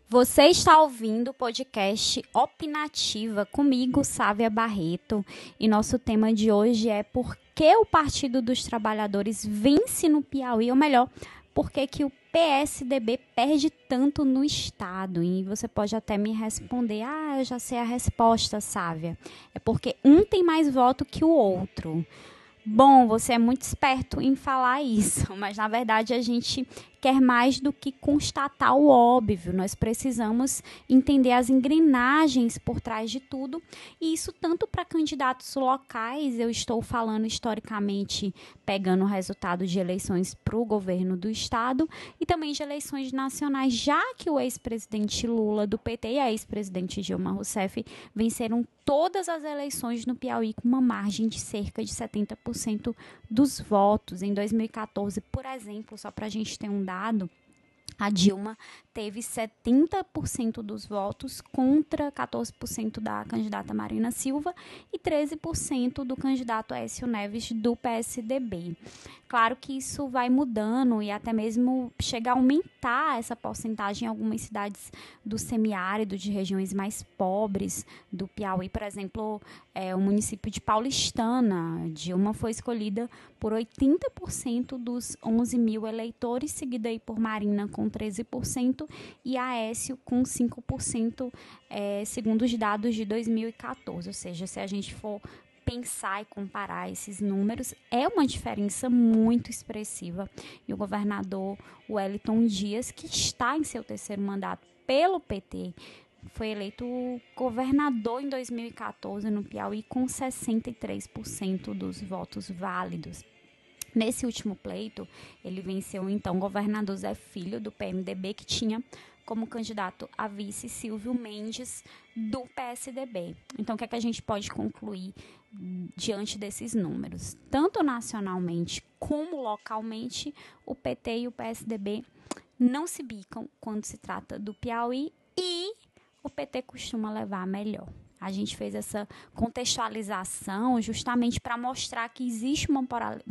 Você está ouvindo o podcast Opinativa comigo, Sávia Barreto, e nosso tema de hoje é por que o Partido dos Trabalhadores vence no Piauí, ou melhor, por que o PSDB perde tanto no Estado. E você pode até me responder, eu já sei a resposta, Sávia. É porque um tem mais voto que o outro. Bom, você é muito esperto em falar isso, mas na verdade a gente quer mais do que constatar o óbvio. Nós precisamos entender as engrenagens por trás de tudo, e isso tanto para candidatos locais, eu estou falando historicamente, pegando o resultado de eleições para o governo do estado, e também de eleições nacionais, já que o ex-presidente Lula do PT e a ex-presidente Dilma Rousseff venceram todas as eleições no Piauí com uma margem de cerca de 70% dos votos. Em 2014, por exemplo, só para a gente ter um dado, a Dilma teve 70% dos votos contra 14% da candidata Marina Silva e 13% do candidato Aécio Neves do PSDB. Claro que isso vai mudando e até mesmo chega a aumentar essa porcentagem em algumas cidades do semiárido, de regiões mais pobres do Piauí. Por exemplo, o município de Paulistana. Dilma foi escolhida por 80% dos 11 mil eleitores, seguida aí por Marina com 13% e Aécio com 5%, segundo os dados de 2014. Ou seja, se a gente for pensar e comparar esses números, é uma diferença muito expressiva. E o governador Wellington Dias, que está em seu terceiro mandato pelo PT, foi eleito governador em 2014 no Piauí com 63% dos votos válidos. Nesse último pleito, ele venceu então o governador Zé Filho, do PMDB, que tinha como candidato a vice Silvio Mendes, do PSDB. Então, o que é que a gente pode concluir diante desses números? Tanto nacionalmente como localmente, o PT e o PSDB não se bicam quando se trata do Piauí e o PT costuma levar a melhor. A gente fez essa contextualização justamente para mostrar que existe uma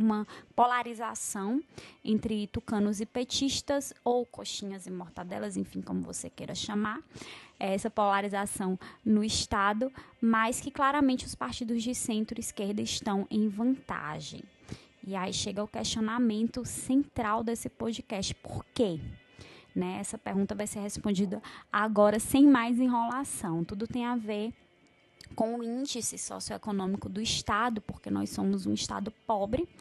polarização entre tucanos e petistas, ou coxinhas e mortadelas, enfim, como você queira chamar, essa polarização no Estado, mas que claramente os partidos de centro-esquerda estão em vantagem. E aí chega o questionamento central desse podcast: por quê? Essa pergunta vai ser respondida agora sem mais enrolação. Tudo tem a ver com o índice socioeconômico do Estado, porque nós somos um Estado pobre.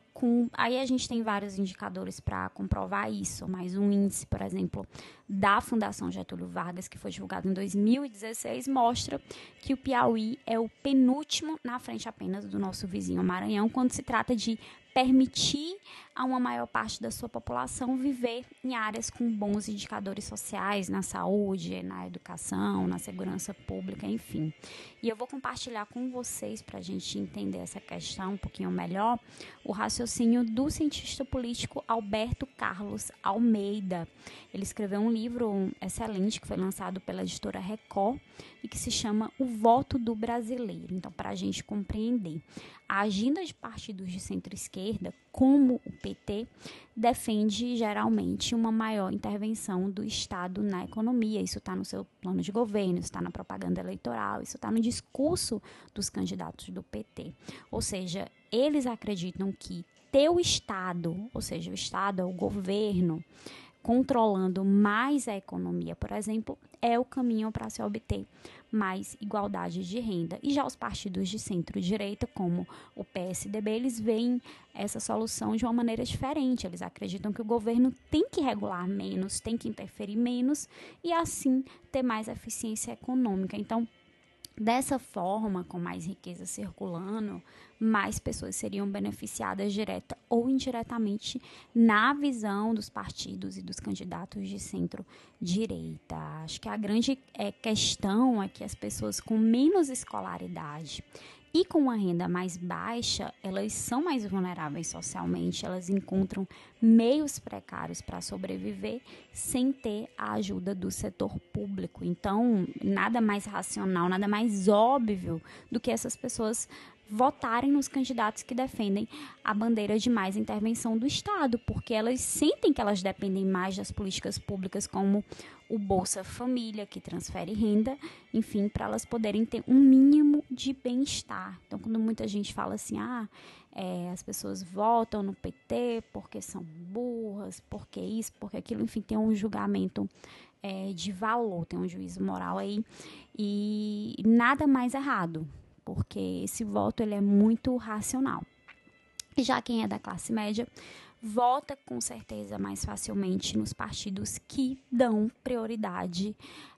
Aí a gente tem vários indicadores para comprovar isso, mas um índice, por exemplo, da Fundação Getúlio Vargas, que foi divulgado em 2016, mostra que o Piauí é o penúltimo, na frente apenas do nosso vizinho Maranhão, quando se trata de permitir a uma maior parte da sua população viver em áreas com bons indicadores sociais, na saúde, na educação, na segurança pública, enfim. E eu vou compartilhar com vocês, para a gente entender essa questão um pouquinho melhor, o raciocínio do cientista político Alberto Carlos Almeida. Ele escreveu um livro excelente que foi lançado pela editora Record e que se chama O Voto do Brasileiro. Então, para a gente compreender, a agenda de partidos de centro-esquerda, como o PT, defende geralmente uma maior intervenção do Estado na economia. Isso está no seu plano de governo, isso está na propaganda eleitoral, isso está no discurso dos candidatos do PT. Ou seja, eles acreditam que ter o Estado, ou seja, o Estado é o governo, controlando mais a economia, por exemplo, é o caminho para se obter mais igualdade de renda. E já os partidos de centro-direita, como o PSDB, eles veem essa solução de uma maneira diferente. Eles acreditam que o governo tem que regular menos, tem que interferir menos e, assim, ter mais eficiência econômica. Então, dessa forma, com mais riqueza circulando, mais pessoas seriam beneficiadas direta ou indiretamente na visão dos partidos e dos candidatos de centro-direita. Acho que a grande questão é que as pessoas com menos escolaridade e com uma renda mais baixa, elas são mais vulneráveis socialmente, elas encontram meios precários para sobreviver sem ter a ajuda do setor público. Então, nada mais racional, nada mais óbvio do que essas pessoas votarem nos candidatos que defendem a bandeira de mais intervenção do Estado, porque elas sentem que elas dependem mais das políticas públicas como o Bolsa Família, que transfere renda, enfim, para elas poderem ter um mínimo de bem-estar. Então, quando muita gente fala assim, as pessoas votam no PT porque são burras, porque isso, porque aquilo, enfim, tem um julgamento de valor, tem um juízo moral aí, e nada mais errado, porque esse voto ele é muito racional. E já quem é da classe média vota com certeza mais facilmente nos partidos que dão prioridade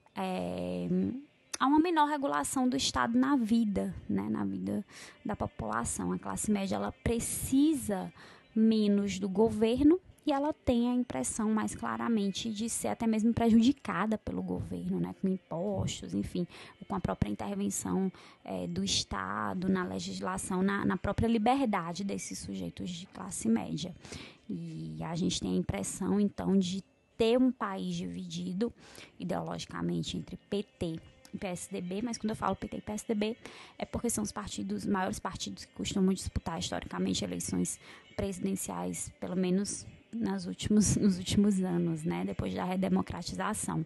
a uma menor regulação do Estado na vida, né, na vida da população. A classe média ela precisa menos do governo e ela tem a impressão mais claramente de ser até mesmo prejudicada pelo governo, né, com impostos, enfim, com a própria intervenção do Estado na legislação, na própria liberdade desses sujeitos de classe média. E a gente tem a impressão, então, de ter um país dividido ideologicamente entre PT e PSDB, mas quando eu falo PT e PSDB é porque são os maiores partidos que costumam disputar historicamente eleições presidenciais, pelo menos nos últimos anos, né, depois da redemocratização.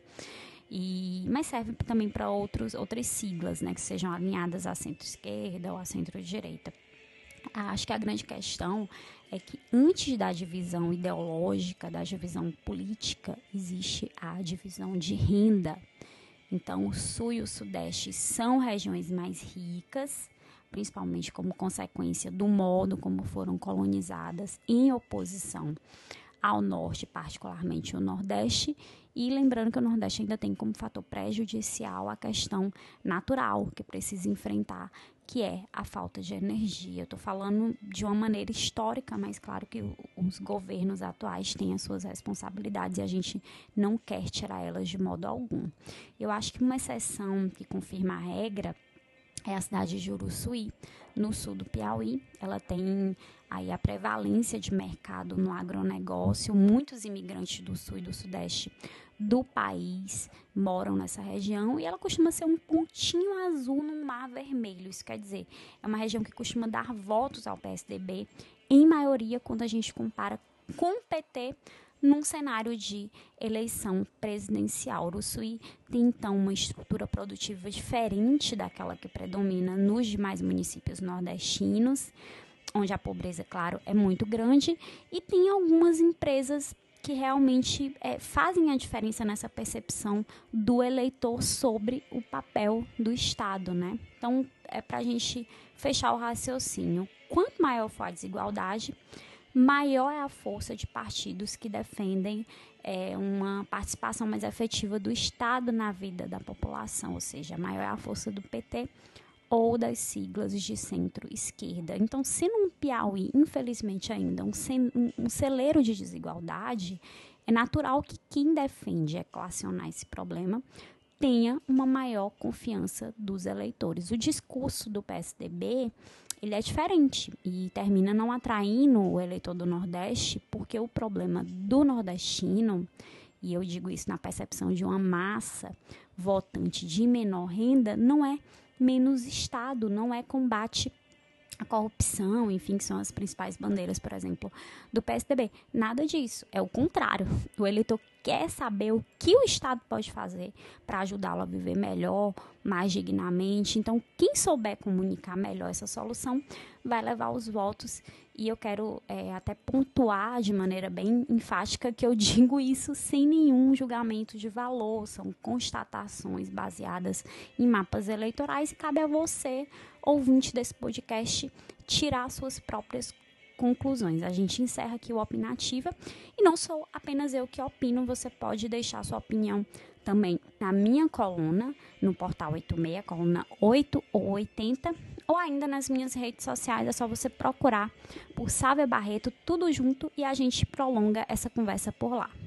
Mas serve também para outras siglas, né, que sejam alinhadas à centro-esquerda ou à centro-direita. Acho que a grande questão é que antes da divisão ideológica, da divisão política, existe a divisão de renda. Então, o Sul e o Sudeste são regiões mais ricas, principalmente como consequência do modo como foram colonizadas em oposição ao Norte, particularmente o Nordeste, e lembrando que o Nordeste ainda tem como fator prejudicial a questão natural que precisa enfrentar, que é a falta de energia. Eu estou falando de uma maneira histórica, mas claro que os governos atuais têm as suas responsabilidades e a gente não quer tirar elas de modo algum. Eu acho que uma exceção que confirma a regra é a cidade de Juruçuí, no sul do Piauí. Ela tem aí a prevalência de mercado no agronegócio. Muitos imigrantes do sul e do sudeste do país moram nessa região e ela costuma ser um pontinho azul no mar vermelho. Isso quer dizer, é uma região que costuma dar votos ao PSDB, em maioria quando a gente compara com o PT, num cenário de eleição presidencial. Uruçuí tem, então, uma estrutura produtiva diferente daquela que predomina nos demais municípios nordestinos, onde a pobreza, claro, é muito grande, e tem algumas empresas que realmente fazem a diferença nessa percepção do eleitor sobre o papel do Estado, né? Então, é para a gente fechar o raciocínio. Quanto maior for a desigualdade, maior é a força de partidos que defendem uma participação mais efetiva do Estado na vida da população, ou seja, maior é a força do PT ou das siglas de centro-esquerda. Então, se no Piauí, infelizmente ainda, um celeiro de desigualdade, é natural que quem defende equacionar esse problema tenha uma maior confiança dos eleitores. O discurso do PSDB ele é diferente e termina não atraindo o eleitor do Nordeste, porque o problema do nordestino, e eu digo isso na percepção de uma massa votante de menor renda, não é menos Estado, não é combate à corrupção, enfim, que são as principais bandeiras, por exemplo, do PSDB. Nada disso, é o contrário. O eleitor quer saber o que o Estado pode fazer para ajudá-lo a viver melhor, mais dignamente. Então, quem souber comunicar melhor essa solução vai levar os votos. E eu quero até pontuar de maneira bem enfática que eu digo isso sem nenhum julgamento de valor. São constatações baseadas em mapas eleitorais e cabe a você, ouvinte desse podcast, tirar suas próprias conclusões. A gente encerra aqui o Opinativa e não sou apenas eu que opino, você pode deixar sua opinião também na minha coluna, no Portal 86, coluna 8 ou 80, ou ainda nas minhas redes sociais, é só você procurar por Sávia Barreto, tudo junto, e a gente prolonga essa conversa por lá.